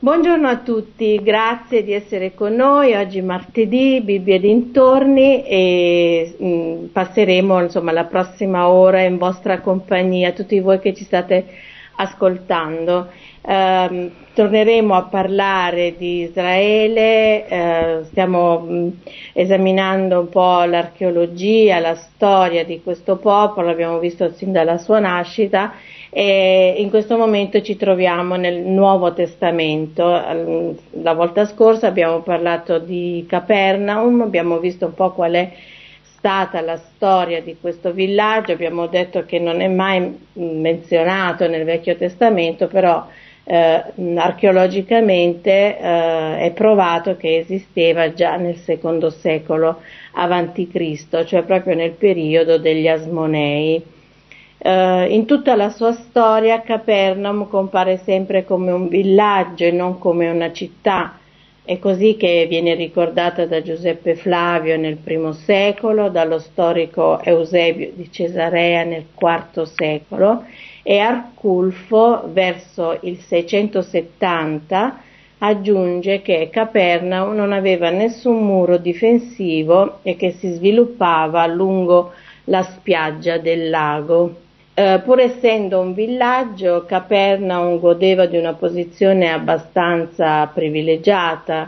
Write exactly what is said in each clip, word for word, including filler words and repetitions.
Buongiorno a tutti, grazie di essere con noi. Oggi martedì, Bibbia e dintorni, e mh, passeremo insomma la prossima ora in vostra compagnia, tutti voi che ci state ascoltando. Eh, torneremo a parlare di Israele, eh, stiamo mh, esaminando un po' l'archeologia, la storia di questo popolo, abbiamo visto sin dalla sua nascita. E in questo momento ci troviamo nel Nuovo Testamento. La volta scorsa abbiamo parlato di Capernaum, abbiamo visto un po' qual è stata la storia di questo villaggio, abbiamo detto che non è mai menzionato nel Vecchio Testamento, però eh, archeologicamente eh, è provato che esisteva già nel secondo secolo avanti Cristo, cioè proprio nel periodo degli Asmonei. Uh, in tutta la sua storia Capernaum compare sempre come un villaggio e non come una città. È così che viene ricordata da Giuseppe Flavio nel primo secolo, dallo storico Eusebio di Cesarea nel quarto secolo, e Arculfo verso il seicentosettanta aggiunge che Capernaum non aveva nessun muro difensivo e che si sviluppava lungo la spiaggia del lago. Uh, pur essendo un villaggio, Capernaum godeva di una posizione abbastanza privilegiata.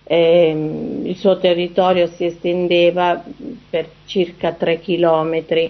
Eh, il suo territorio si estendeva per circa tre chilometri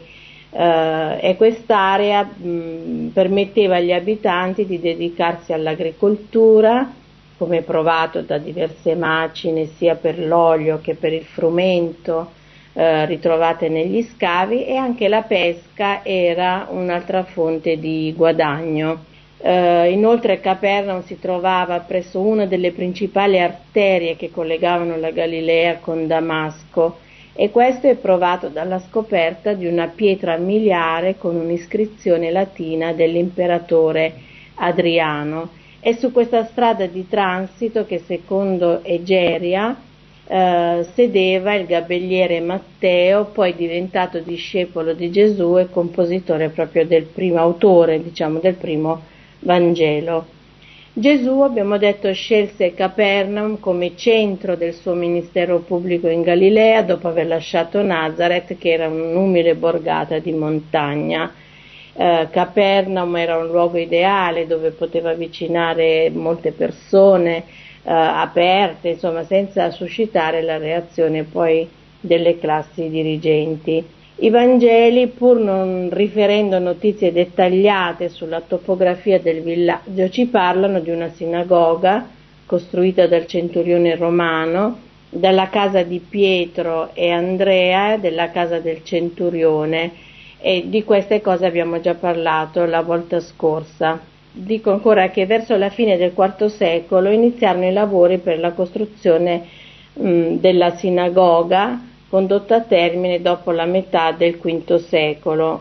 uh, e quest'area mh, permetteva agli abitanti di dedicarsi all'agricoltura, come provato da diverse macine sia per l'olio che per il frumento Eh, ritrovate negli scavi, e anche la pesca era un'altra fonte di guadagno. Eh, inoltre Capernaum si trovava presso una delle principali arterie che collegavano la Galilea con Damasco, e questo è provato dalla scoperta di una pietra miliare con un'iscrizione latina dell'imperatore Adriano. È su questa strada di transito che, secondo Egeria, Uh, sedeva il gabelliere Matteo, poi diventato discepolo di Gesù e compositore proprio del primo autore, diciamo, del primo Vangelo. Gesù, abbiamo detto, scelse Capernaum come centro del suo ministero pubblico in Galilea dopo aver lasciato Nazareth, che era un'umile borgata di montagna. Uh, Capernaum era un luogo ideale dove poteva avvicinare molte persone, Uh, aperte, insomma, senza suscitare la reazione poi delle classi dirigenti. I Vangeli, pur non riferendo notizie dettagliate sulla topografia del villaggio, ci parlano di una sinagoga costruita dal centurione romano, dalla casa di Pietro e Andrea, della casa del centurione, e di queste cose abbiamo già parlato la volta scorsa. Dico ancora che verso la fine del quarto secolo iniziarono i lavori per la costruzione mh, della sinagoga, condotta a termine dopo la metà del quinto secolo.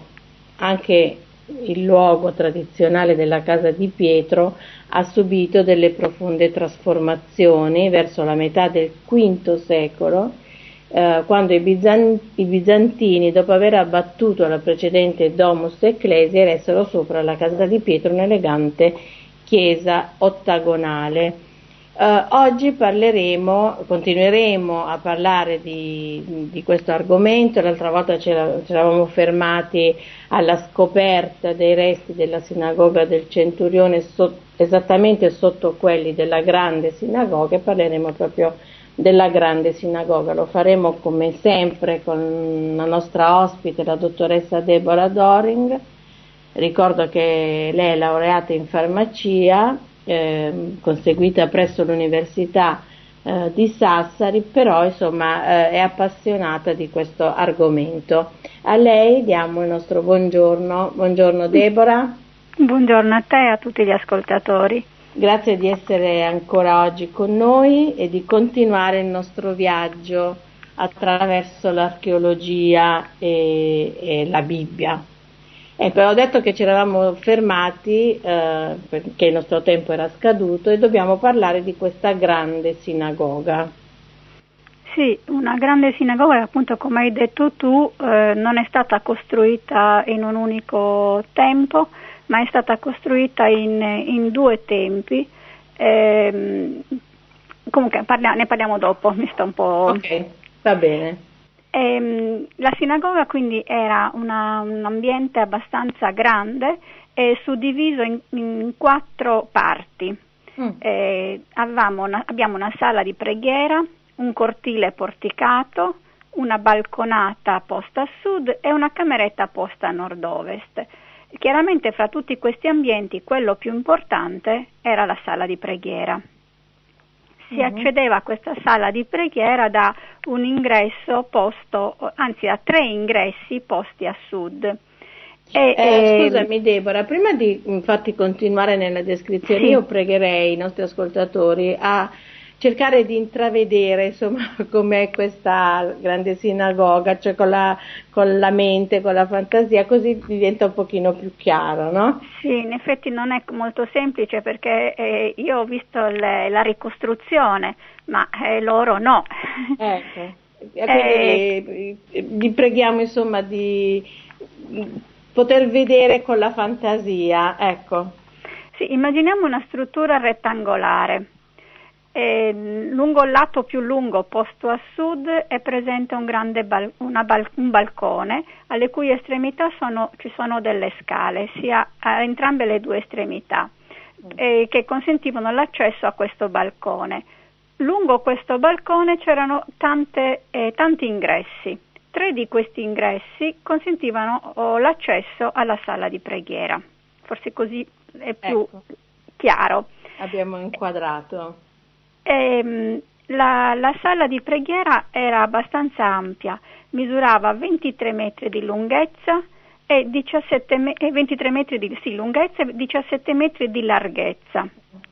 Anche il luogo tradizionale della casa di Pietro ha subito delle profonde trasformazioni verso la metà del quinto secolo, eh, quando i, bizan- i bizantini, dopo aver abbattuto la precedente Domus Ecclesiae, eressero sopra la casa di Pietro un'elegante chiesa ottagonale. Eh, oggi parleremo, continueremo a parlare di, di questo argomento. L'altra volta ci eravamo fermati alla scoperta dei resti della sinagoga del centurione, so, esattamente sotto quelli della grande sinagoga, e parleremo proprio della grande sinagoga. Lo faremo come sempre con la nostra ospite, la dottoressa Deborah Doring. Ricordo che lei è laureata in farmacia, eh, conseguita presso l'Università eh, di Sassari, però insomma eh, è appassionata di questo argomento. A lei diamo il nostro buongiorno. Buongiorno Deborah. Buongiorno a te e a tutti gli ascoltatori. Grazie di essere ancora oggi con noi e di continuare il nostro viaggio attraverso l'archeologia e, e la Bibbia. Ecco, ho detto che ci eravamo fermati eh, perché il nostro tempo era scaduto, e dobbiamo parlare di questa grande sinagoga. Sì, una grande sinagoga, appunto, come hai detto tu, eh, non è stata costruita in un unico tempo, ma è stata costruita in, in due tempi, Ehm, comunque parlia- ne parliamo dopo, mi sto un po'... Ok, va bene. Ehm, la sinagoga quindi era una, un ambiente abbastanza grande e suddiviso in, in quattro parti. Mm. Eh, avevamo una, abbiamo una sala di preghiera, un cortile porticato, una balconata posta a sud e una cameretta posta a nord-ovest. Chiaramente fra tutti questi ambienti quello più importante era la sala di preghiera. Si Mhm. accedeva a questa sala di preghiera da un ingresso posto, anzi da tre ingressi posti a sud. E, Eh, ehm, scusami Deborah, prima di infatti continuare nella descrizione, Sì. io pregherei i nostri ascoltatori a cercare di intravedere insomma com'è questa grande sinagoga, cioè con la, con la mente, con la fantasia, così diventa un pochino più chiaro, no? Sì, in effetti non è molto semplice perché eh, io ho visto le, la ricostruzione, ma eh, loro no. Ecco, e Eh, quindi eh, vi preghiamo insomma di poter vedere con la fantasia, ecco. sì, immaginiamo una struttura rettangolare. Eh, lungo il lato più lungo posto a sud è presente un grande bal- una bal- un balcone alle cui estremità sono, ci sono delle scale, sia a entrambe le due estremità, eh, che consentivano l'accesso a questo balcone. Lungo questo balcone c'erano tante, eh, tanti ingressi. Tre di questi ingressi consentivano oh, l'accesso alla sala di preghiera. Forse così è più Ecco, chiaro. abbiamo inquadrato. Ehm, la, la sala di preghiera era abbastanza ampia, misurava ventitré metri di lunghezza e diciassette me- e ventitré metri di sì, lunghezza e diciassette metri di larghezza.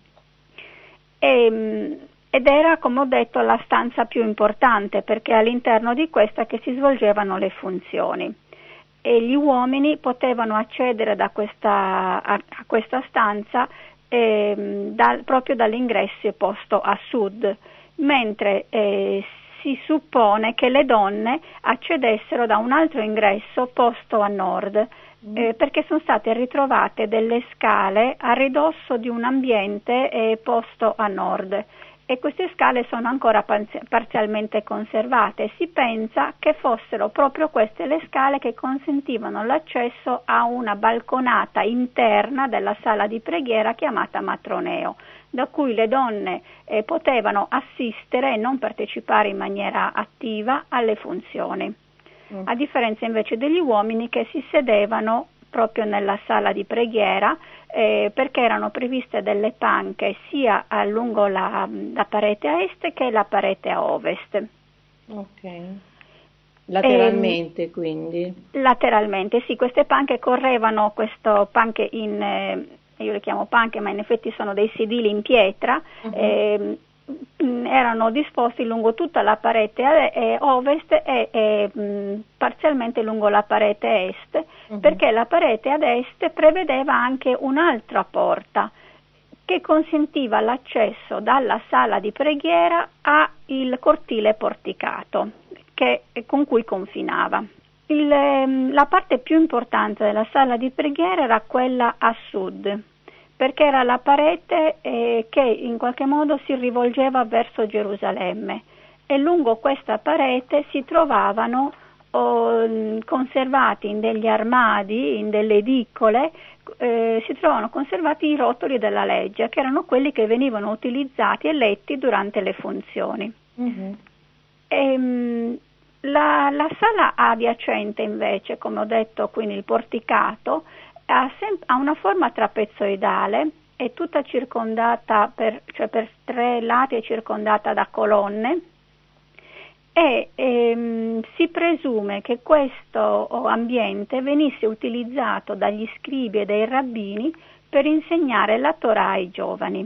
Ehm, ed era, come ho detto, la stanza più importante perché all'interno di questa che si svolgevano le funzioni. E gli uomini potevano accedere da questa, a, a questa stanza ehm, dal, proprio dall'ingresso posto a sud, mentre eh, si suppone che le donne accedessero da un altro ingresso posto a nord, eh, perché sono state ritrovate delle scale a ridosso di un ambiente eh, posto a nord. E queste scale sono ancora parzialmente conservate. Si pensa che fossero proprio queste le scale che consentivano l'accesso a una balconata interna della sala di preghiera chiamata matroneo, da cui le donne eh, potevano assistere e non partecipare in maniera attiva alle funzioni, Mm. a differenza invece degli uomini che si sedevano proprio nella sala di preghiera eh, perché erano previste delle panche sia a lungo la, la parete a est che la parete a ovest. Ok. Lateralmente, ehm, quindi. Lateralmente, sì, queste panche correvano, questo panche in, eh, io le chiamo panche, ma in effetti sono dei sedili in pietra, uh-huh. eh, erano disposti lungo tutta la parete eh, ovest e eh, mh, parzialmente lungo la parete est, uh-huh. perché la parete ad est prevedeva anche un'altra porta che consentiva l'accesso dalla sala di preghiera al cortile porticato che, con cui confinava. Il, la parte più importante della sala di preghiera era quella a sud, perché era la parete eh, che in qualche modo si rivolgeva verso Gerusalemme e lungo questa parete si trovavano oh, conservati in degli armadi, in delle edicole, eh, si trovavano conservati i rotoli della legge, che erano quelli che venivano utilizzati e letti durante le funzioni. Mm-hmm. E, la, la sala adiacente invece, come ho detto, quindi il porticato, ha, sem- ha una forma trapezoidale, è tutta circondata, per, cioè per tre lati è circondata da colonne e ehm, si presume che questo ambiente venisse utilizzato dagli scribi e dai rabbini per insegnare la Torah ai giovani.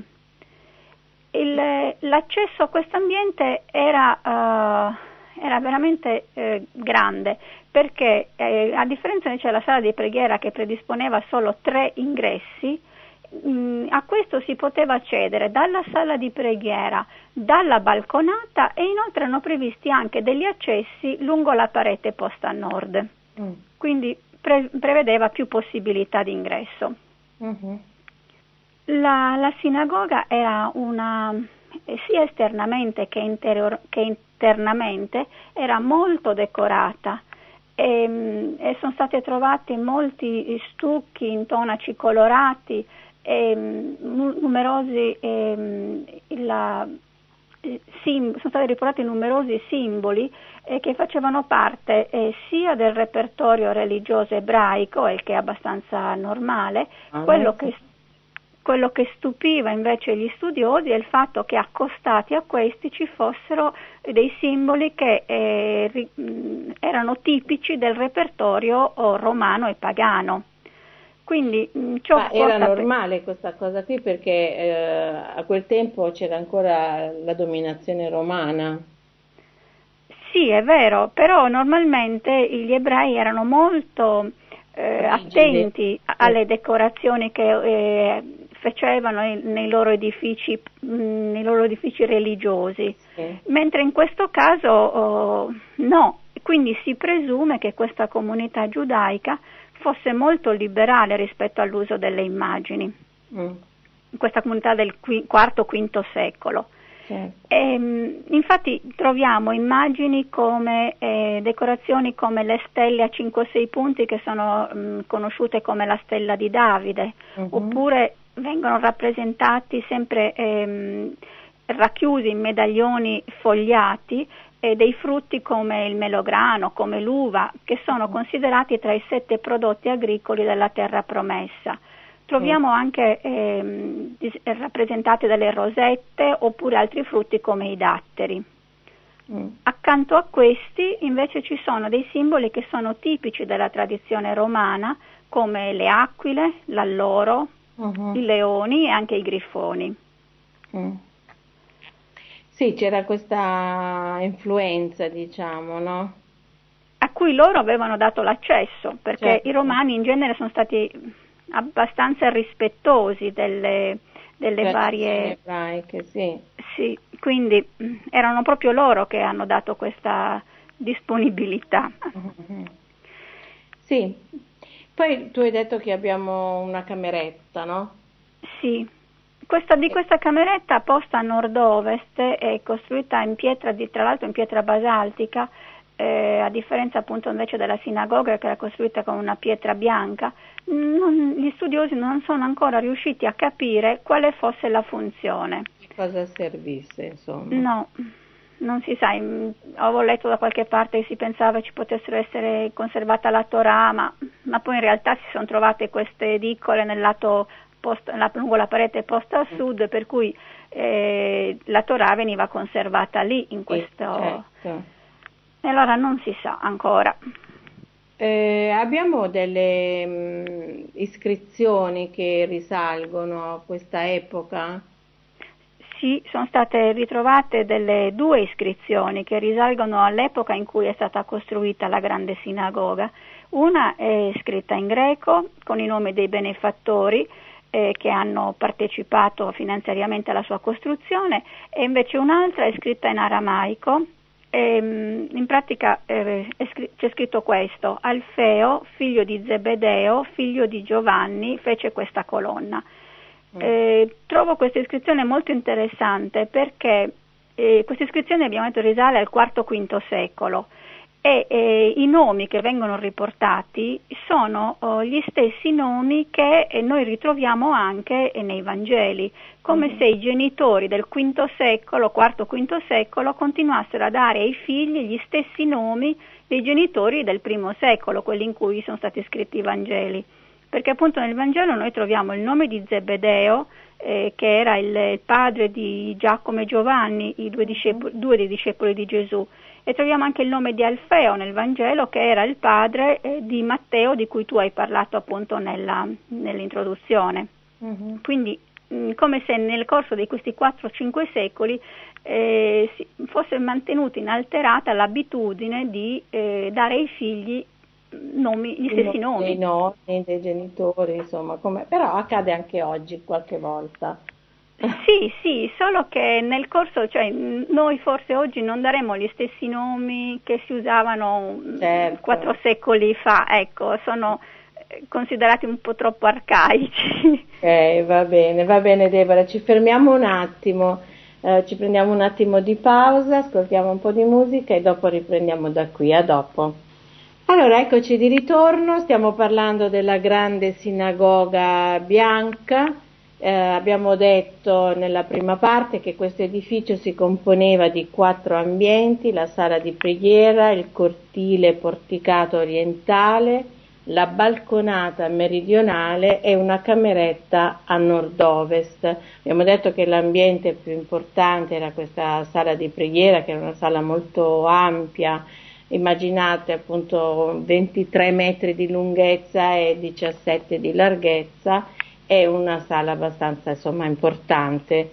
Il, l'accesso a questo ambiente era, uh, era veramente eh, grande perché eh, a differenza invece della sala di preghiera che predisponeva solo tre ingressi, mh, a questo si poteva accedere dalla sala di preghiera, dalla balconata e inoltre erano previsti anche degli accessi lungo la parete posta a nord, mm. quindi pre- prevedeva più possibilità di ingresso. Mm-hmm. La, la sinagoga era una, eh, sia esternamente che, interior, che internamente, era molto decorata e, e sono stati trovati molti stucchi, intonaci colorati, e, numerosi, e, la, sim, sono stati riportati numerosi simboli eh, che facevano parte eh, sia del repertorio religioso ebraico, il che è abbastanza normale, ah, quello che Quello che stupiva invece gli studiosi è il fatto che accostati a questi ci fossero dei simboli che eh, ri, erano tipici del repertorio oh, romano e pagano. Quindi, ciò Ma era normale questa cosa qui perché eh, a quel tempo c'era ancora la dominazione romana. Sì, è vero, però normalmente gli ebrei erano molto eh, attenti alle decorazioni che eh, facevano nei loro edifici, mh, nei loro edifici religiosi, sì. Mentre in questo caso oh, no, quindi si presume che questa comunità giudaica fosse molto liberale rispetto all'uso delle immagini, mm. questa comunità del quarto-quinto secolo. Certo. E, infatti troviamo immagini come eh, decorazioni come le stelle a cinque sei punti che sono mh, conosciute come la stella di Davide, uh-huh. Oppure vengono rappresentati sempre ehm, racchiusi in medaglioni fogliati eh, dei frutti come il melograno, come l'uva, che sono considerati tra i sette prodotti agricoli della terra promessa. Troviamo anche ehm, rappresentate delle rosette oppure altri frutti come i datteri. Mm. Accanto a questi invece ci sono dei simboli che sono tipici della tradizione romana come le aquile, l'alloro, uh-huh. i leoni e anche i grifoni. Mm. Sì, c'era questa influenza, diciamo, no? A cui loro avevano dato l'accesso, perché certo. I romani in genere sono stati abbastanza rispettosi delle, delle cioè, varie ebraiche, sì. Sì, quindi erano proprio loro che hanno dato questa disponibilità. Mm-hmm. Sì, poi tu hai detto che abbiamo una cameretta, no? Sì, questa, di questa cameretta posta a nord-ovest è costruita in pietra, di, tra l'altro in pietra basaltica, eh, a differenza appunto invece della sinagoga che era costruita con una pietra bianca. Non, gli studiosi non sono ancora riusciti a capire quale fosse la funzione. Cosa servisse, insomma? No, non si sa. Avevo letto da qualche parte che si pensava ci potessero essere conservata la Torah, ma, ma poi in realtà si sono trovate queste edicole nel lato post, lungo la parete posta a sud, per cui eh, la Torah veniva conservata lì in questo. Certo. E allora non si sa ancora. Eh, abbiamo delle mh, iscrizioni che risalgono a questa epoca? Sì, sono state ritrovate delle due iscrizioni che risalgono all'epoca in cui è stata costruita la grande sinagoga. Una è scritta in greco con i nomi dei benefattori eh, che hanno partecipato finanziariamente alla sua costruzione, e invece un'altra è scritta in aramaico. E, in pratica eh, scr- c'è scritto questo: Alfeo, figlio di Zebedeo, figlio di Giovanni, fece questa colonna. Eh, trovo questa iscrizione molto interessante perché eh, questa iscrizione, abbiamo detto, risale al quarto-quinto secolo e eh, i nomi che vengono riportati sono oh, gli stessi nomi che eh, noi ritroviamo anche eh, nei Vangeli, come mm-hmm. se i genitori del quinto secolo, quarto-quinto secolo, continuassero a dare ai figli gli stessi nomi dei genitori del primo secolo, quelli in cui sono stati scritti i Vangeli. Perché appunto nel Vangelo noi troviamo il nome di Zebedeo, eh, che era il, il padre di Giacomo e Giovanni, i due, discepoli, due dei discepoli di Gesù, e troviamo anche il nome di Alfeo nel Vangelo, che era il padre eh, di Matteo, di cui tu hai parlato appunto nella, nell'introduzione. Uh-huh. Quindi mh, come se nel corso di questi quattro cinque secoli eh, si, fosse mantenuta inalterata l'abitudine di eh, dare ai figli nomi, gli stessi nomi. Dei nonni, dei genitori, insomma, come, però accade anche oggi qualche volta. Sì, sì, solo che nel corso, cioè noi forse oggi non daremo gli stessi nomi che si usavano certo. quattro secoli fa, ecco, sono considerati un po' troppo arcaici. Ok, va bene, va bene Deborah, ci fermiamo un attimo, eh, ci prendiamo un attimo di pausa, ascoltiamo un po' di musica e dopo riprendiamo da qui, a dopo. Allora, eccoci di ritorno, stiamo parlando della grande sinagoga bianca. Eh, abbiamo detto nella prima parte che questo edificio si componeva di quattro ambienti: la sala di preghiera, il cortile porticato orientale, la balconata meridionale e una cameretta a nord-ovest. Abbiamo detto che l'ambiente più importante era questa sala di preghiera, che era una sala molto ampia. Immaginate appunto ventitré metri di lunghezza e diciassette di larghezza, è una sala abbastanza insomma importante,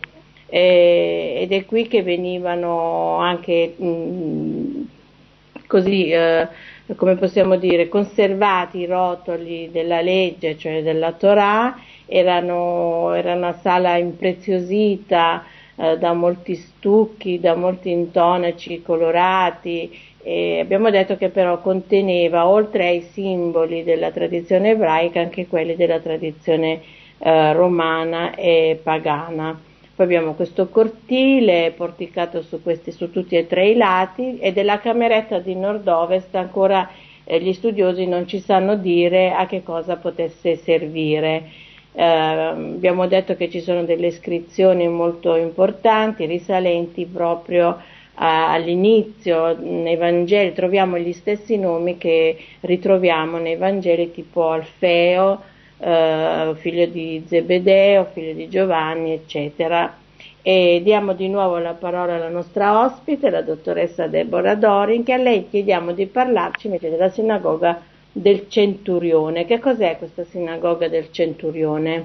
eh, ed è qui che venivano anche mh, così eh, come possiamo dire conservati i rotoli della legge, cioè della Torah. Erano, era una sala impreziosita eh, da molti stucchi, da molti intonaci colorati. E abbiamo detto che però conteneva, oltre ai simboli della tradizione ebraica, anche quelli della tradizione eh, romana e pagana. Poi abbiamo questo cortile porticato su, questi, su tutti e tre i lati, e della cameretta di nord-ovest ancora eh, gli studiosi non ci sanno dire a che cosa potesse servire. Eh, abbiamo detto che ci sono delle iscrizioni molto importanti, risalenti proprio all'inizio. Nei Vangeli troviamo gli stessi nomi che ritroviamo nei Vangeli, tipo Alfeo, eh, figlio di Zebedeo, figlio di Giovanni, eccetera. E diamo di nuovo la parola alla nostra ospite, la dottoressa Deborah Dorin, che a lei chiediamo di parlarci invece della sinagoga del Centurione. Che cos'è questa sinagoga del Centurione?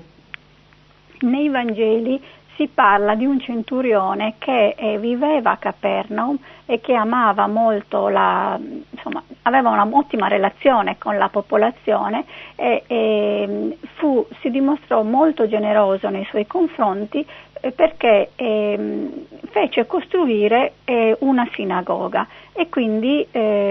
Nei Vangeli si parla di un centurione che eh, viveva a Capernaum e che amava molto la, insomma, aveva un'ottima relazione con la popolazione e, e fu, si dimostrò molto generoso nei suoi confronti eh, perché eh, fece costruire eh, una sinagoga, e quindi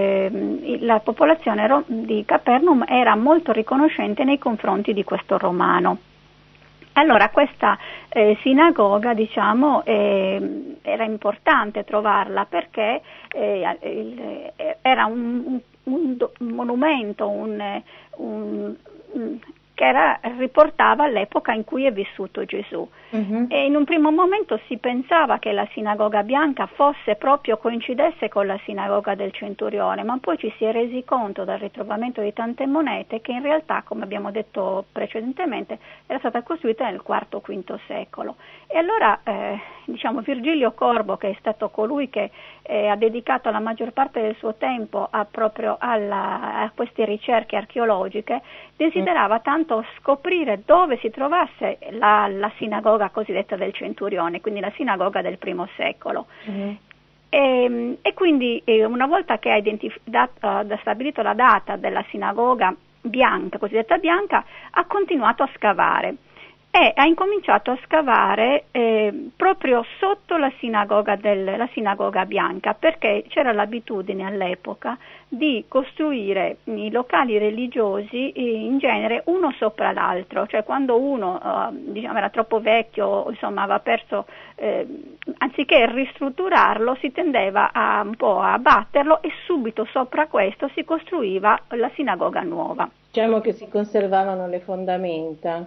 eh, la popolazione ro- di Capernaum era molto riconoscente nei confronti di questo romano. Allora questa eh, sinagoga, diciamo, eh, era importante trovarla perché eh, il, era un, un, un monumento un, un, un, che era, riportava l'epoca in cui è vissuto Gesù. Uh-huh. E in un primo momento si pensava che la sinagoga bianca fosse proprio, coincidesse con la sinagoga del Centurione, ma poi ci si è resi conto dal ritrovamento di tante monete che in realtà, come abbiamo detto precedentemente, era stata costruita nel quarto quinto secolo. E allora eh, diciamo Virgilio Corbo, che è stato colui che eh, ha dedicato la maggior parte del suo tempo a, proprio alla, a queste ricerche archeologiche, desiderava tanto scoprire dove si trovasse la, la sinagoga cosiddetta del Centurione, quindi la sinagoga del primo secolo. Mm-hmm. E, e quindi eh, una volta che ha identif- dat- uh, stabilito la data della sinagoga bianca, cosiddetta bianca, ha continuato a scavare e ha incominciato a scavare eh, proprio sotto la sinagoga, del, la sinagoga bianca, perché c'era l'abitudine all'epoca di costruire i locali religiosi eh, in genere uno sopra l'altro, cioè quando uno eh, diciamo, era troppo vecchio, insomma aveva perso, eh, anziché ristrutturarlo si tendeva a, un po' a abbatterlo, e subito sopra questo si costruiva la sinagoga nuova. Diciamo che si conservavano le fondamenta.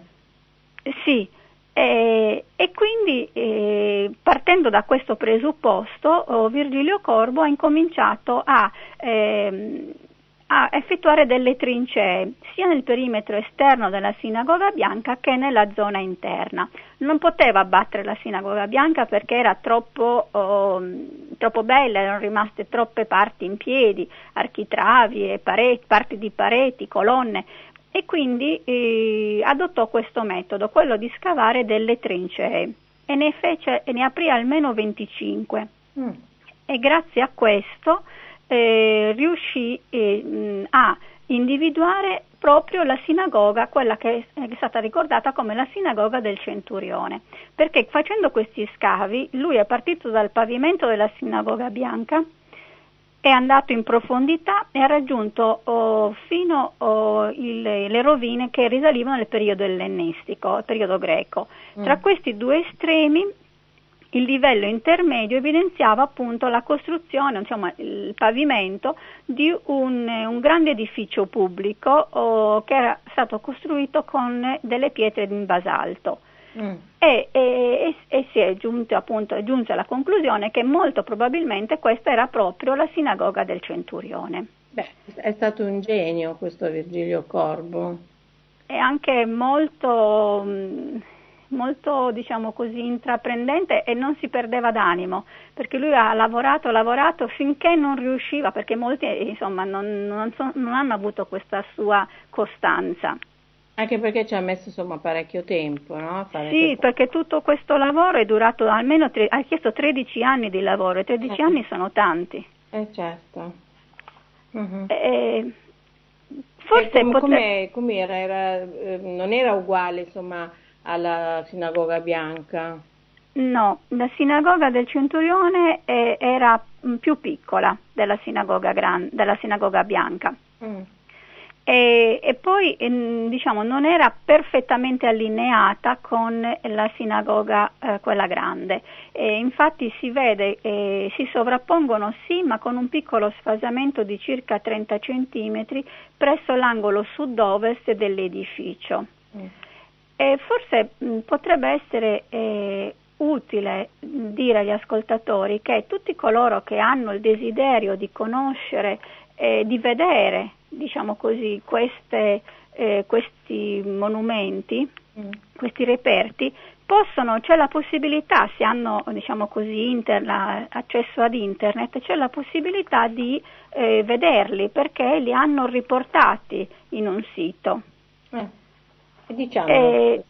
Sì, eh, e quindi eh, partendo da questo presupposto oh, Virgilio Corbo ha incominciato a, eh, a effettuare delle trincee sia nel perimetro esterno della sinagoga bianca che nella zona interna. Non poteva abbattere la sinagoga bianca perché era troppo, oh, troppo bella, erano rimaste troppe parti in piedi, architravi, e pareti, parti di pareti, colonne. E quindi eh, adottò questo metodo, quello di scavare delle trincee, e ne fece, e ne aprì almeno venticinque. Mm. E grazie a questo eh, riuscì eh, mh, a individuare proprio la sinagoga, quella che è stata ricordata come la sinagoga del Centurione, perché facendo questi scavi lui è partito dal pavimento della sinagoga bianca è andato in profondità e ha raggiunto oh, fino oh, il, le rovine che risalivano al periodo ellenistico, al periodo greco. Mm. Tra questi due estremi il livello intermedio evidenziava appunto la costruzione, insomma il pavimento di un, un grande edificio pubblico oh, che era stato costruito con delle pietre in basalto. Mm. E, e, e si è giunto appunto giunse alla conclusione che molto probabilmente questa era proprio la sinagoga del Centurione. Beh, è stato un genio questo Virgilio Corbo. E anche molto, molto diciamo così intraprendente, e non si perdeva d'animo, perché lui ha lavorato, lavorato finché non riusciva, perché molti insomma non, non, so, non hanno avuto questa sua costanza. Anche perché ci ha messo insomma parecchio tempo, no? A fare sì, questo. Perché tutto questo lavoro è durato almeno, tre, ha chiesto tredici anni di lavoro, e tredici eh. anni sono tanti. Eh certo. Uh-huh. E, forse e com- potre... come era? Era, eh, non era uguale insomma alla sinagoga bianca? No, la sinagoga del Centurione eh, era più piccola della sinagoga, gran- della sinagoga bianca. Mm. E, e poi ehm, diciamo non era perfettamente allineata con la sinagoga eh, quella grande, e infatti si vede eh, si sovrappongono sì, ma con un piccolo sfasamento di circa trenta centimetri presso l'angolo sud-ovest dell'edificio. Mm. E forse mh, potrebbe essere eh, utile dire agli ascoltatori che tutti coloro che hanno il desiderio di conoscere, eh, di vedere, diciamo così, queste, eh, questi monumenti, mm. questi reperti, possono, c'è la possibilità, se hanno, diciamo così, inter, la, accesso ad internet, c'è la possibilità di eh, vederli, perché li hanno riportati in un sito. Eh, diciamo eh,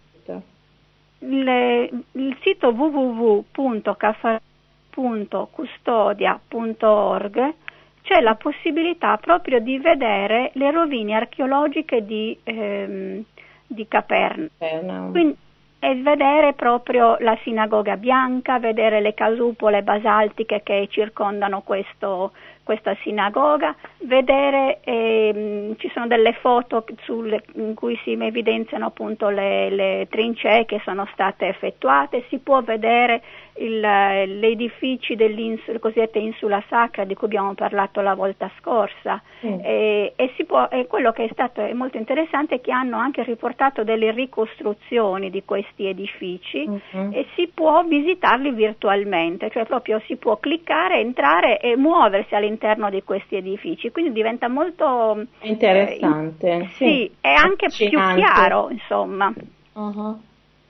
il, il sito w w w punto caffarelli punto custodia punto org c'è la possibilità proprio di vedere le rovine archeologiche di, ehm, di Capernaum. Eh, no. Quindi, e vedere proprio la sinagoga bianca, vedere le casupole basaltiche che circondano questo, questa sinagoga, vedere, ehm, ci sono delle foto sulle, in cui si evidenziano appunto le, le trincee che sono state effettuate, si può vedere il, gli edifici dell'insula, cosiddetta insula sacra di cui abbiamo parlato la volta scorsa, mm. e, e, si può, e quello che è stato è molto interessante è che hanno anche riportato delle ricostruzioni di questi edifici, mm-hmm. e si può visitarli virtualmente, cioè proprio si può cliccare, entrare e muoversi all'interno di questi edifici, quindi diventa molto interessante, eh, in, sì, sì, è anche più chiaro, insomma. Uh-huh.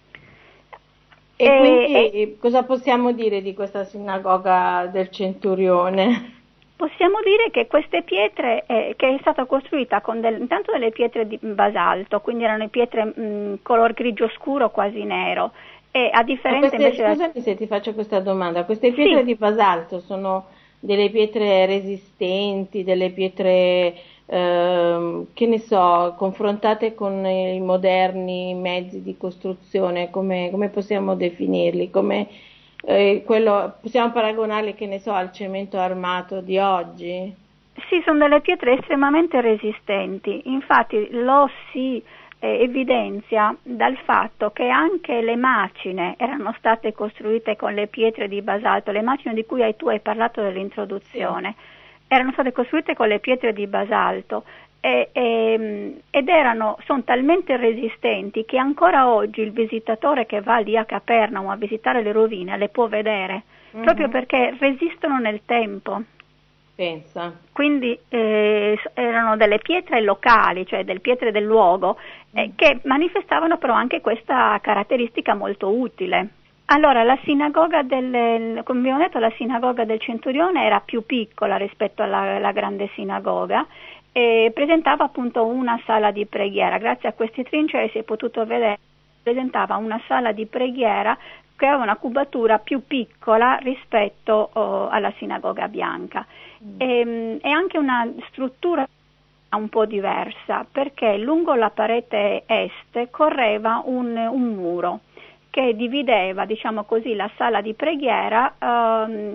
E, e quindi e, cosa possiamo dire di questa sinagoga del Centurione? Possiamo dire che queste pietre, eh, che è stata costruita con del, intanto delle pietre di basalto, quindi erano pietre mh, color grigio scuro, quasi nero, e a differenza queste, invece... Scusami da... se ti faccio questa domanda, queste pietre sì. di basalto sono delle pietre resistenti, delle pietre... Uh, che ne so, confrontate con i moderni mezzi di costruzione, come, come possiamo definirli? Come, eh, quello, possiamo paragonarli, che ne so, al cemento armato di oggi? Sì, sono delle pietre estremamente resistenti, infatti lo si eh, evidenzia dal fatto che anche le macine erano state costruite con le pietre di basalto, le macine di cui hai, tu hai parlato nell'introduzione. Sì. Erano state costruite con le pietre di basalto e, e, ed erano, sono talmente resistenti che ancora oggi il visitatore che va lì a Capernaum a visitare le rovine le può vedere, mm-hmm. proprio perché resistono nel tempo. Pensa. Quindi eh, erano delle pietre locali, cioè delle pietre del luogo, eh, mm. che manifestavano però anche questa caratteristica molto utile. Allora, la sinagoga del, come abbiamo detto, la sinagoga del Centurione era più piccola rispetto alla, alla grande sinagoga e presentava appunto una sala di preghiera. Grazie a questi trincei si è potuto vedere che presentava una sala di preghiera che aveva una cubatura più piccola rispetto oh, alla sinagoga bianca. Mm. E, e anche una struttura un po' diversa, perché lungo la parete est correva un, un muro che divideva, diciamo così, la sala di preghiera ehm,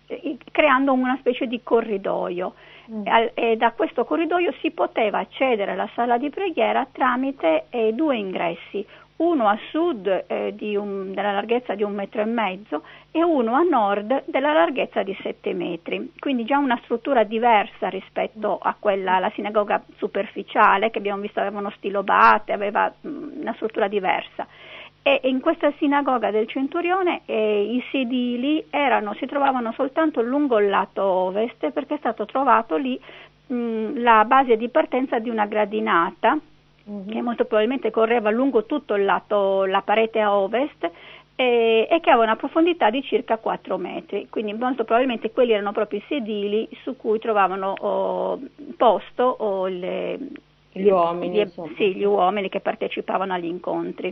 eh, creando una specie di corridoio. Mm. E, e da questo corridoio si poteva accedere alla sala di preghiera tramite eh, due ingressi, uno a sud eh, di un, della larghezza di un metro e mezzo e uno a nord della larghezza di sette metri, quindi già una struttura diversa rispetto a quella, alla sinagoga superficiale che abbiamo visto aveva uno stilobate, aveva mh, una struttura diversa. E in questa sinagoga del Centurione eh, i sedili erano, si trovavano soltanto lungo il lato ovest, perché è stato trovato lì mh, la base di partenza di una gradinata che molto probabilmente correva lungo tutto il lato, la parete a ovest e, e che aveva una profondità di circa quattro metri, quindi molto probabilmente quelli erano proprio i sedili su cui trovavano oh, posto oh, le, gli uomini, gli, sì, gli uomini che partecipavano agli incontri.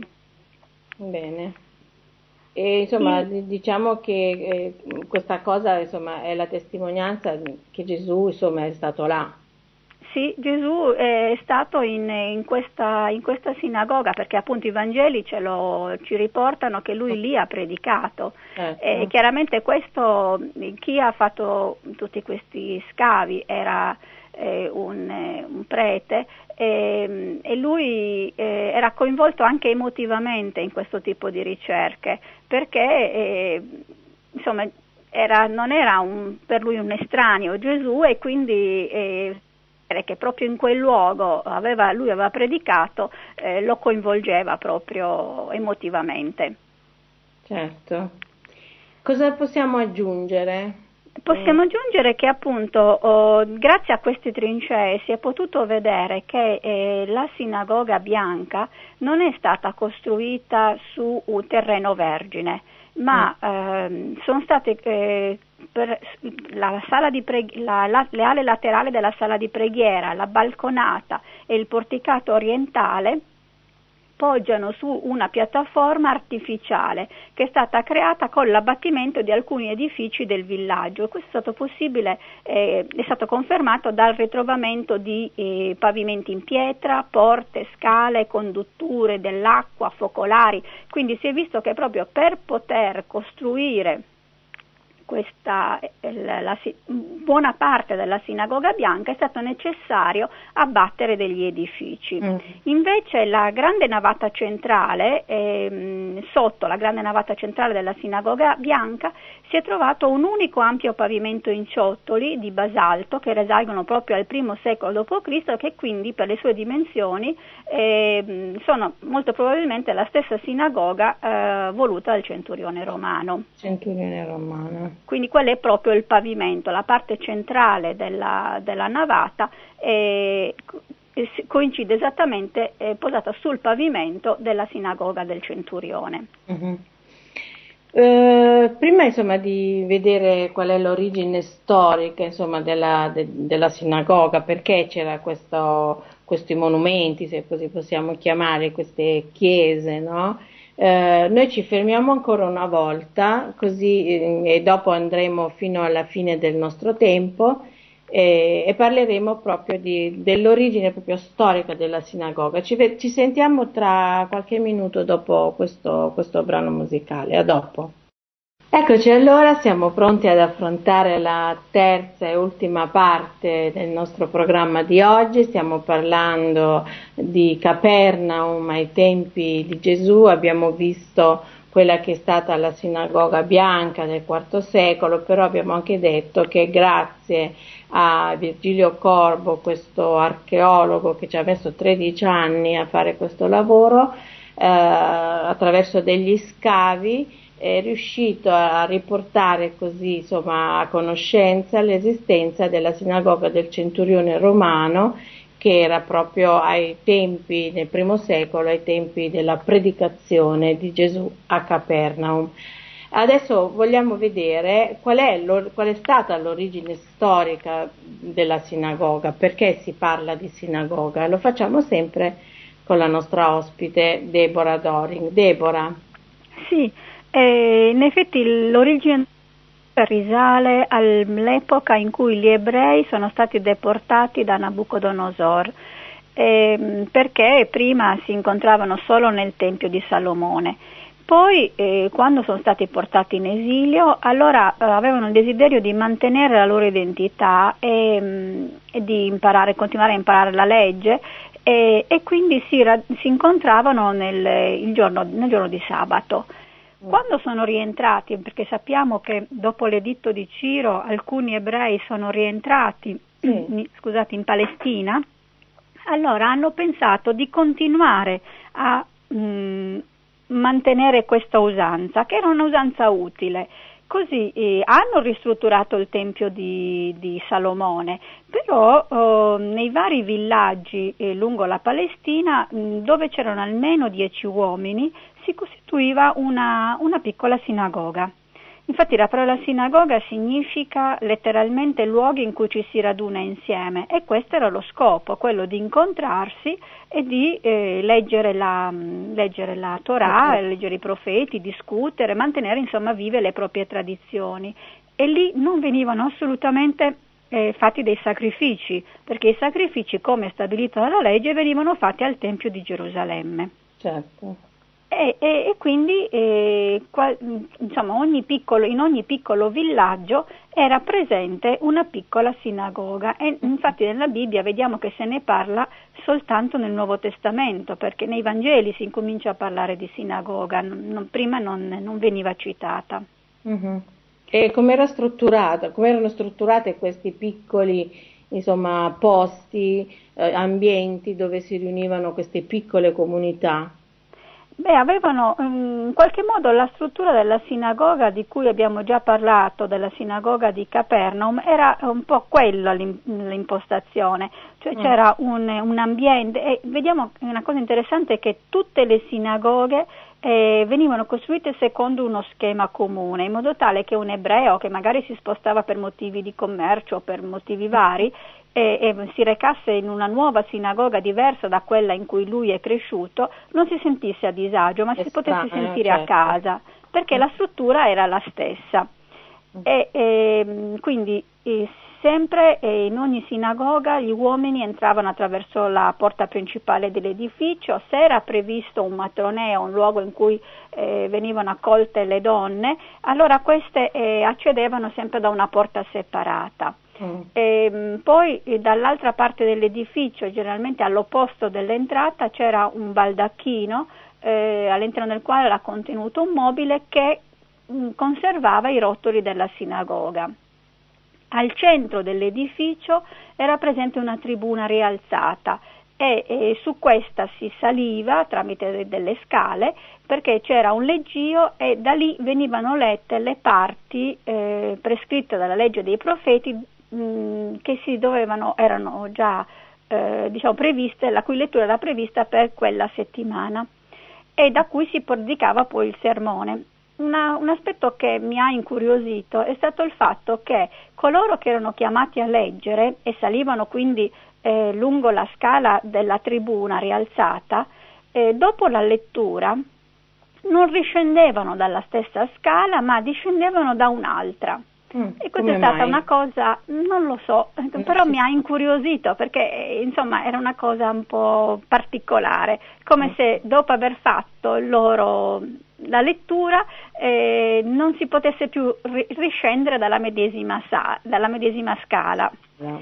Bene. E insomma, sì. Diciamo che eh, questa cosa insomma è la testimonianza che Gesù insomma è stato là. Sì, Gesù è stato in, in, questa, in questa sinagoga, perché appunto i Vangeli ce lo, ci riportano che lui lì ha predicato. Certo. E chiaramente questo, chi ha fatto tutti questi scavi era eh, un, un prete e, e lui eh, era coinvolto anche emotivamente in questo tipo di ricerche, perché eh, insomma era, non era un, per lui un estraneo Gesù, e quindi eh, che proprio in quel luogo aveva, lui aveva predicato eh, lo coinvolgeva proprio emotivamente. Certo. Cosa possiamo aggiungere? Possiamo aggiungere che appunto oh, grazie a queste trincee si è potuto vedere che eh, la sinagoga bianca non è stata costruita su un terreno vergine, ma eh, sono state eh, per la sala di preghi- la, la, le ale laterali della sala di preghiera, la balconata e il porticato orientale poggiano su una piattaforma artificiale che è stata creata con l'abbattimento di alcuni edifici del villaggio. Questo è stato possibile, eh, è stato confermato dal ritrovamento di eh, pavimenti in pietra, porte, scale, condutture dell'acqua, focolari, quindi si è visto che proprio per poter costruire questa la, la, buona parte della sinagoga bianca è stato necessario abbattere degli edifici. Mm. Invece la grande navata centrale, ehm, sotto la grande navata centrale della sinagoga bianca si è trovato un unico ampio pavimento in ciottoli di basalto che risalgono proprio al primo secolo dopo Cristo e che quindi per le sue dimensioni eh, sono molto probabilmente la stessa sinagoga eh, voluta dal centurione romano. Centurione romano. Quindi quello è proprio il pavimento, la parte centrale della, della navata eh, coincide esattamente eh, posata sul pavimento della sinagoga del centurione. Uh-huh. Eh, prima insomma di vedere qual è l'origine storica insomma della, de, della sinagoga, perché c'era questo, questi monumenti, se così possiamo chiamare, queste chiese, no? Eh, noi ci fermiamo ancora una volta, così eh, e dopo andremo fino alla fine del nostro tempo eh, e parleremo proprio di, dell'origine proprio storica della sinagoga. Ci, ci sentiamo tra qualche minuto dopo questo, questo brano musicale. A dopo. Eccoci, allora siamo pronti ad affrontare la terza e ultima parte del nostro programma di oggi. Stiamo parlando di Capernaum ai tempi di Gesù. Abbiamo visto quella che è stata la sinagoga bianca del quarto secolo, però abbiamo anche detto che grazie a Virgilio Corbo, questo archeologo che ci ha messo tredici anni a fare questo lavoro, eh, attraverso degli scavi, è riuscito a riportare così insomma a conoscenza l'esistenza della sinagoga del centurione romano, che era proprio ai tempi nel primo secolo, ai tempi della predicazione di Gesù a Capernaum. Adesso vogliamo vedere qual è, qual è stata l'origine storica della sinagoga, perché si parla di sinagoga. Lo facciamo sempre con la nostra ospite Deborah Doring. Deborah. Sì. Eh, in effetti l'origine risale all'epoca in cui gli ebrei sono stati deportati da Nabucodonosor, eh, perché prima si incontravano solo nel Tempio di Salomone. Poi, eh, quando sono stati portati in esilio, allora eh, avevano il desiderio di mantenere la loro identità e, mh, e di imparare, continuare a imparare la legge, e, e quindi si, ra- si incontravano nel, il giorno, nel giorno di sabato. Quando sono rientrati, perché sappiamo che dopo l'editto di Ciro alcuni ebrei sono rientrati sì. scusate, in Palestina, allora hanno pensato di continuare a mh, mantenere questa usanza, che era un'usanza utile. Così eh, hanno ristrutturato il Tempio di, di Salomone, però eh, nei vari villaggi eh, lungo la Palestina, mh, dove c'erano almeno dieci uomini, si costituiva una, una piccola sinagoga. Infatti la parola sinagoga significa letteralmente luoghi in cui ci si raduna insieme, e questo era lo scopo, quello di incontrarsi e di eh, leggere, la, leggere la Torah, okay. leggere i profeti, discutere, mantenere insomma vive le proprie tradizioni. E lì non venivano assolutamente eh, fatti dei sacrifici, perché i sacrifici, come stabilito dalla legge, venivano fatti al Tempio di Gerusalemme. Certo. E, e, e quindi eh, qua, insomma, ogni piccolo, in ogni piccolo villaggio era presente una piccola sinagoga, e infatti nella Bibbia vediamo che se ne parla soltanto nel Nuovo Testamento, perché nei Vangeli si incomincia a parlare di sinagoga, non, non, prima non, non veniva citata. Mm-hmm. E com'era strutturata, come erano strutturate questi piccoli insomma, posti, eh, ambienti dove si riunivano queste piccole comunità? Beh, avevano in qualche modo la struttura della sinagoga di cui abbiamo già parlato, della sinagoga di Capernaum, era un po' quella l'impostazione, cioè mm. c'era un, un ambiente, e vediamo una cosa interessante, che tutte le sinagoghe eh, venivano costruite secondo uno schema comune, in modo tale che un ebreo che magari si spostava per motivi di commercio o per motivi vari, E, e si recasse in una nuova sinagoga diversa da quella in cui lui è cresciuto, non si sentisse a disagio, ma è si strano, potesse sentire certo. a casa, perché la struttura era la stessa. E, e quindi e sempre e in ogni sinagoga gli uomini entravano attraverso la porta principale dell'edificio. Se era previsto un matroneo, un luogo in cui eh, venivano accolte le donne, allora queste eh, accedevano sempre da una porta separata. Mm. E, poi dall'altra parte dell'edificio, generalmente all'opposto dell'entrata, c'era un baldacchino eh, all'interno del quale era contenuto un mobile che mh, conservava i rotoli della sinagoga. Al centro dell'edificio era presente una tribuna rialzata e, e su questa si saliva tramite delle scale, perché c'era un leggio e da lì venivano lette le parti eh, prescritte dalla legge dei profeti che si dovevano, erano già eh, diciamo previste, la cui lettura era prevista per quella settimana, e da cui si predicava poi il sermone. Una, un aspetto che mi ha incuriosito è stato il fatto che coloro che erano chiamati a leggere e salivano quindi eh, lungo la scala della tribuna rialzata, eh, dopo la lettura non riscendevano dalla stessa scala, ma discendevano da un'altra. Mm, e questa è stata mai? Una cosa, non lo so, però mi ha incuriosito, perché insomma era una cosa un po' particolare, come mm. se dopo aver fatto loro la lettura eh, non si potesse più ri- riscendere dalla medesima, sa- dalla medesima scala. No.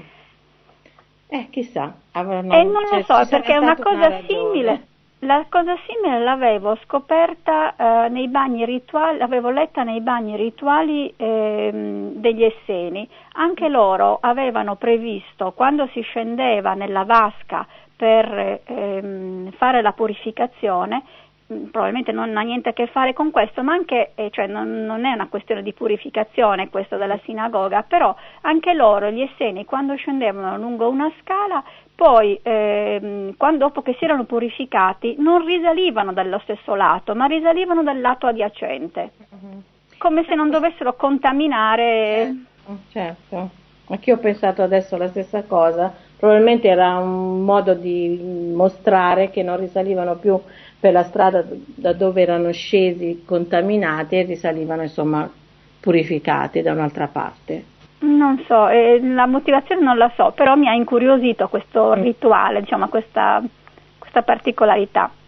Eh, chissà. Avranno, e non cioè, lo so, perché è una cosa una simile. La cosa simile l'avevo scoperta eh, nei bagni rituali, l'avevo letta nei bagni rituali eh, degli Esseni. Anche loro avevano previsto, quando si scendeva nella vasca per eh, fare la purificazione, probabilmente non ha niente a che fare con questo, ma anche, eh, cioè non, non è una questione di purificazione questo della sinagoga, però anche loro, gli Esseni, quando scendevano lungo una scala, poi ehm, quando, dopo che si erano purificati, non risalivano dallo stesso lato, ma risalivano dal lato adiacente, uh-huh. come se non dovessero contaminare. Certo, anch'io ho pensato adesso la stessa cosa, probabilmente era un modo di mostrare che non risalivano più per la strada da dove erano scesi contaminati e risalivano insomma purificati da un'altra parte. Non so, eh, la motivazione non la so, però mi ha incuriosito questo rituale, diciamo, questa, questa particolarità.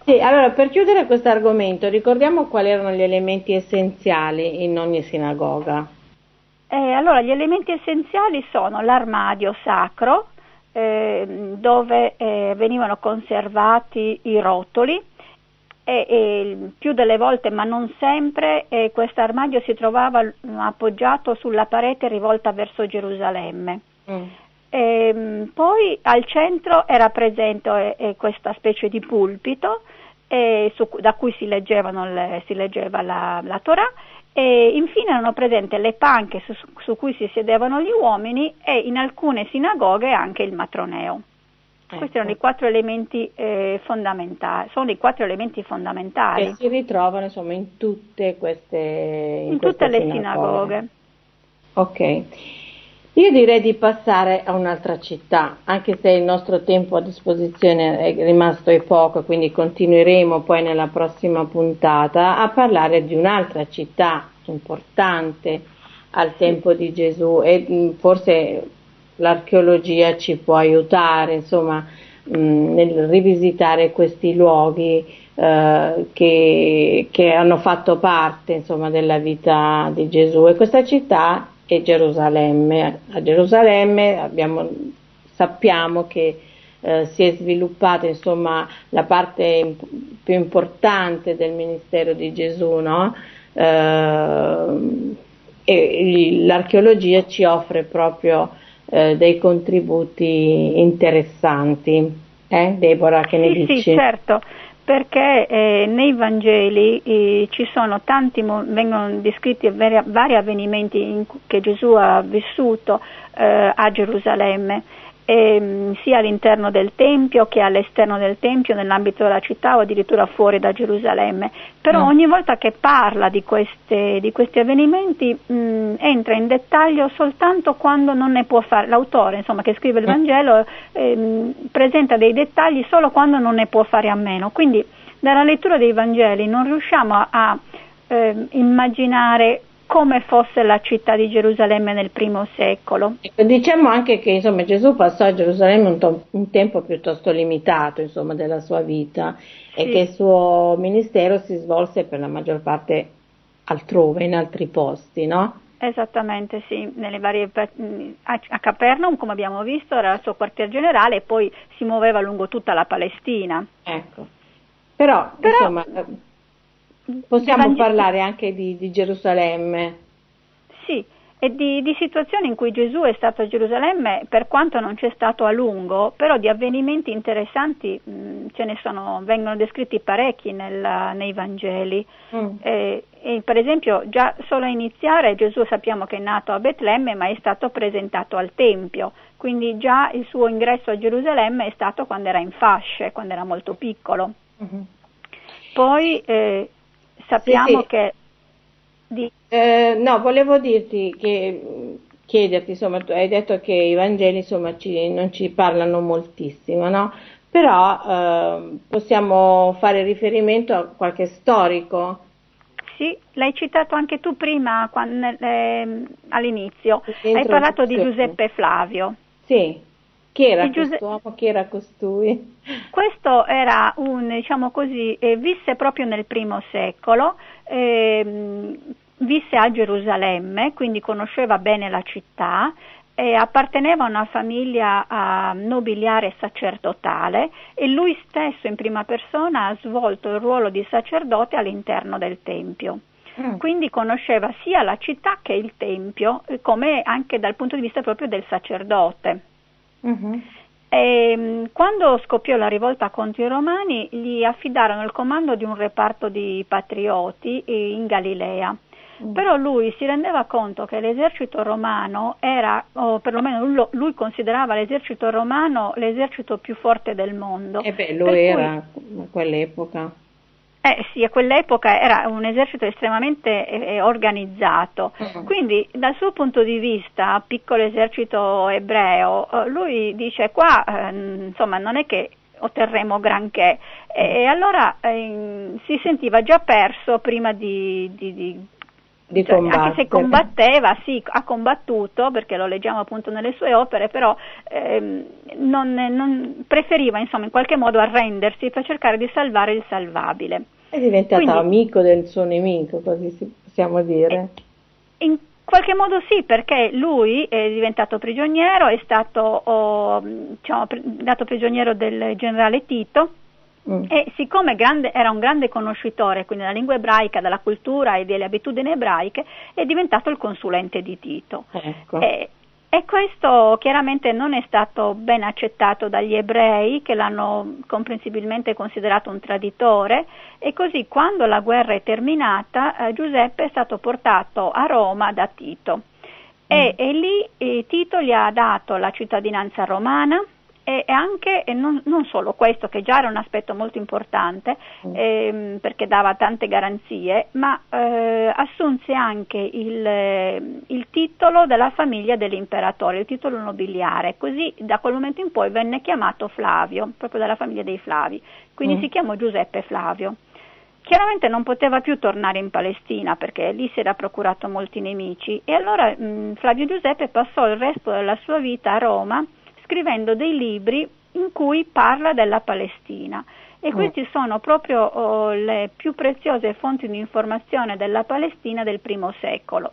Sì, allora per chiudere questo argomento ricordiamo quali erano gli elementi essenziali in ogni sinagoga. Eh, allora, gli elementi essenziali sono l'armadio sacro, eh, dove eh, venivano conservati i rotoli, e, e più delle volte, ma non sempre, eh, questo armadio si trovava appoggiato sulla parete rivolta verso Gerusalemme. Mm. E, poi al centro era presente eh, questa specie di pulpito eh, su, da cui si, leggevano le, si leggeva la, la Torah. E infine erano presenti le panche su, su cui si sedevano gli uomini e in alcune sinagoghe anche il matroneo. Ecco. Questi erano i quattro elementi eh, fondamentali, sono i quattro elementi fondamentali. Che si ritrovano insomma in tutte queste in, in queste tutte le sinagoghe. sinagoghe. Ok. Io direi di passare a un'altra città, anche se il nostro tempo a disposizione è rimasto poco, quindi continueremo poi nella prossima puntata a parlare di un'altra città importante al tempo di Gesù e forse l'archeologia ci può aiutare, insomma, nel rivisitare questi luoghi eh, che, che hanno fatto parte, insomma, della vita di Gesù. E questa città è Gerusalemme. A Gerusalemme abbiamo, sappiamo che eh, si è sviluppata insomma la parte più importante del ministero di Gesù, no? Eh, e l'archeologia ci offre proprio eh, dei contributi interessanti. Eh, Deborah, che ne sì, dici? Sì, certo. Perché eh, nei Vangeli eh, ci sono tanti, vengono descritti vari, vari avvenimenti in, che Gesù ha vissuto eh, a Gerusalemme, eh, sia all'interno del Tempio che all'esterno del Tempio, nell'ambito della città o addirittura fuori da Gerusalemme. Però mm. ogni volta che parla di, queste, di questi avvenimenti mh, entra in dettaglio soltanto quando non ne può fare, l'autore insomma che scrive il Vangelo eh, presenta dei dettagli solo quando non ne può fare a meno. Quindi dalla lettura dei Vangeli non riusciamo a, a eh, immaginare come fosse la città di Gerusalemme nel primo secolo. Diciamo anche che insomma Gesù passò a Gerusalemme un, to- un tempo piuttosto limitato insomma della sua vita sì. E che il suo ministero si svolse per la maggior parte altrove, in altri posti, no? Esattamente, sì, nelle varie a, a Capernaum, come abbiamo visto, era il suo quartier generale e poi si muoveva lungo tutta la Palestina. Ecco. Però, Però insomma possiamo Vangel- parlare anche di, di Gerusalemme. Sì, e di, di situazioni in cui Gesù è stato a Gerusalemme, per quanto non c'è stato a lungo, però di avvenimenti interessanti mh, ce ne sono, vengono descritti parecchi nel, nei Vangeli. Mm. E, e per esempio, già solo a iniziare, Gesù sappiamo che è nato a Betlemme, ma è stato presentato al Tempio, quindi già il suo ingresso a Gerusalemme è stato quando era in fasce, quando era molto piccolo. Mm-hmm. Poi eh, sappiamo sì, sì. che Di... Eh, no, volevo dirti che chiederti, insomma, tu hai detto che i Vangeli insomma ci, non ci parlano moltissimo, no? Però eh, possiamo fare riferimento a qualche storico. Sì, l'hai citato anche tu prima quando, eh, all'inizio, hai parlato di Giuseppe Flavio. Sì, chi era quest'uomo? Giuse... Chi era costui? Questo era un, diciamo così, eh, visse proprio nel primo secolo, eh, visse a Gerusalemme, quindi conosceva bene la città, e apparteneva a una famiglia uh, nobiliare sacerdotale e lui stesso in prima persona ha svolto il ruolo di sacerdote all'interno del Tempio. Mm. Quindi conosceva sia la città che il Tempio, come anche dal punto di vista proprio del sacerdote. Mm-hmm. E, quando scoppiò la rivolta contro i Romani, gli affidarono il comando di un reparto di patrioti in Galilea. Mm. Però lui si rendeva conto che l'esercito romano era, o perlomeno lui, lui considerava l'esercito romano l'esercito più forte del mondo. E beh, lo era cui, a quell'epoca. Eh sì, a quell'epoca era un esercito estremamente eh, organizzato, uh-huh. Quindi dal suo punto di vista, piccolo esercito ebreo, eh, lui dice qua eh, insomma non è che otterremo granché, e, e allora eh, si sentiva già perso prima di, di, di, di cioè, combattere. Anche se combatteva, sì, ha combattuto, perché lo leggiamo appunto nelle sue opere, però ehm, non, non preferiva insomma in qualche modo arrendersi per cercare di salvare il salvabile. È diventato Quindi, amico del suo nemico, così si- possiamo dire. in qualche modo sì, perché lui è diventato prigioniero, è stato oh, diciamo, pri- dato prigioniero del generale Tito. Mm. E siccome grande, era un grande conoscitore quindi della lingua ebraica, della cultura e delle abitudini ebraiche, è diventato il consulente di Tito. Ecco. E, e questo chiaramente non è stato ben accettato dagli ebrei, che l'hanno comprensibilmente considerato un traditore, e così quando la guerra è terminata eh, Giuseppe è stato portato a Roma da Tito e, Mm. e lì eh, Tito gli ha dato la cittadinanza romana. E anche, e non, non solo questo, che già era un aspetto molto importante, Mm. ehm, perché dava tante garanzie, ma eh, assunse anche il, il titolo della famiglia dell'imperatore, il titolo nobiliare, così da quel momento in poi venne chiamato Flavio, proprio dalla famiglia dei Flavi, quindi Mm. si chiamò Giuseppe Flavio. Chiaramente non poteva più tornare in Palestina perché lì si era procurato molti nemici e allora mh, Flavio Giuseppe passò il resto della sua vita a Roma, scrivendo dei libri in cui parla della Palestina e Mm. questi sono proprio oh, le più preziose fonti di informazione della Palestina del primo secolo.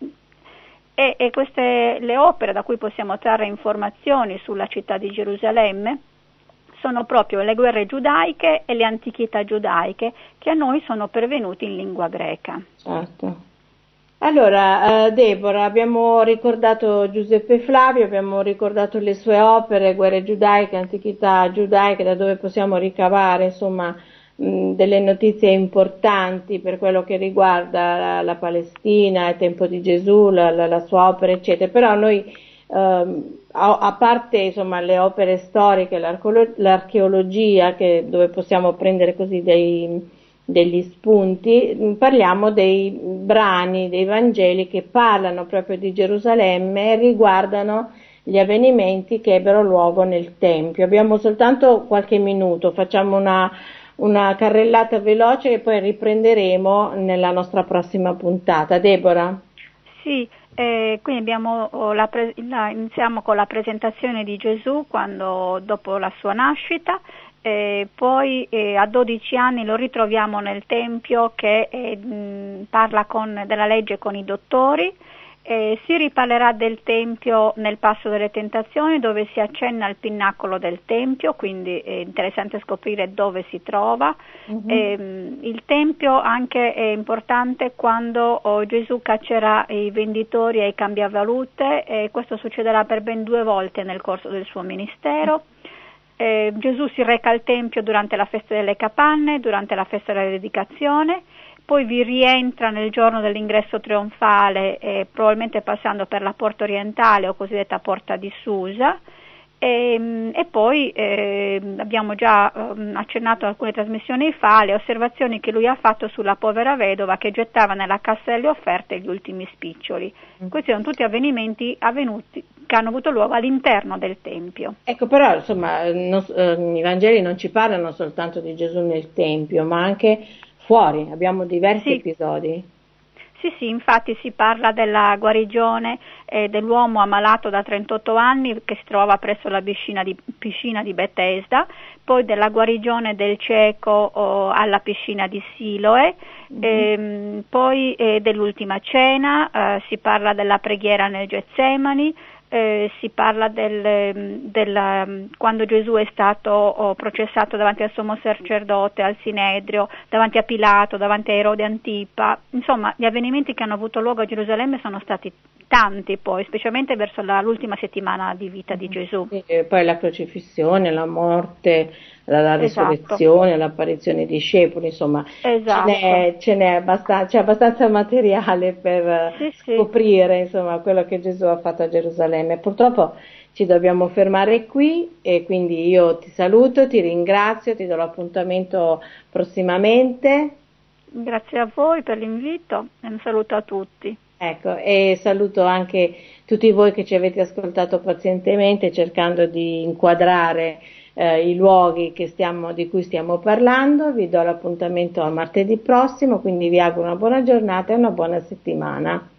E, e queste le opere da cui possiamo trarre informazioni sulla città di Gerusalemme sono proprio le guerre giudaiche e le antichità giudaiche che a noi sono pervenuti in lingua greca. Certo. Allora, eh, Deborah, abbiamo ricordato Giuseppe Flavio, abbiamo ricordato le sue opere, guerre giudaiche, antichità giudaiche, da dove possiamo ricavare, insomma, mh, delle notizie importanti per quello che riguarda la, la Palestina, il tempo di Gesù, la, la, la sua opera, eccetera. Però noi, ehm, a, a parte, insomma, le opere storiche, l'archeolo- l'archeologia, che, dove possiamo prendere così dei degli spunti, parliamo dei brani dei Vangeli che parlano proprio di Gerusalemme e riguardano gli avvenimenti che ebbero luogo nel Tempio. Abbiamo soltanto qualche minuto, facciamo una, una carrellata veloce e poi riprenderemo nella nostra prossima puntata. Deborah? Sì, eh, quindi abbiamo, oh, la pre- la- iniziamo con la presentazione di Gesù quando, dopo la sua nascita. Eh, poi eh, a dodici anni lo ritroviamo nel Tempio che eh, mh, parla con, della legge con i dottori, eh, si riparlerà del Tempio nel Passo delle Tentazioni dove si accenna al pinnacolo del Tempio, quindi è interessante scoprire dove si trova. Mhm. Eh, il Tempio anche è importante quando oh, Gesù caccerà i venditori e i cambiavalute e questo succederà per ben due volte nel corso del suo ministero. Eh, Gesù si reca al Tempio durante la festa delle capanne, durante la festa della dedicazione, poi vi rientra nel giorno dell'ingresso trionfale, eh, probabilmente passando per la porta orientale o cosiddetta porta di Susa, e, e poi eh, abbiamo già eh, accennato alcune trasmissioni fa, le osservazioni che lui ha fatto sulla povera vedova che gettava nella cassa delle offerte gli ultimi spiccioli. Questi sono tutti avvenimenti avvenuti che hanno avuto luogo all'interno del Tempio. Ecco, però insomma, non- eh, i Vangeli non ci parlano soltanto di Gesù nel Tempio, ma anche fuori, abbiamo diversi Sì. episodi. Sì, sì, infatti si parla della guarigione eh, dell'uomo ammalato da trentotto anni che si trovava presso la piscina di, piscina di Betesda, poi della guarigione del cieco oh, alla piscina di Siloe, Mhm. ehm, poi eh, dell'ultima cena, eh, si parla della preghiera nel Getsemani, eh, si parla del, del, quando Gesù è stato oh, processato davanti al sommo sacerdote, al Sinedrio, davanti a Pilato, davanti a Erode Antipa, insomma gli avvenimenti che hanno avuto luogo a Gerusalemme sono stati tanti poi, specialmente verso la, l'ultima settimana di vita di Gesù. Sì, e poi la crocifissione, la morte, la, la Esatto. risurrezione, l'apparizione ai discepoli, insomma, ce Esatto. n'è, ce n'è abbastanza, c'è abbastanza materiale per eh, Sì, sì. scoprire, insomma, quello che Gesù ha fatto a Gerusalemme. Purtroppo ci dobbiamo fermare qui e quindi io ti saluto, ti ringrazio, ti do l'appuntamento prossimamente. Grazie a voi per l'invito e un saluto a tutti. Ecco, e saluto anche tutti voi che ci avete ascoltato pazientemente cercando di inquadrare eh, i luoghi che stiamo, di cui stiamo parlando. Vi do l'appuntamento a martedì prossimo, quindi vi auguro una buona giornata e una buona settimana.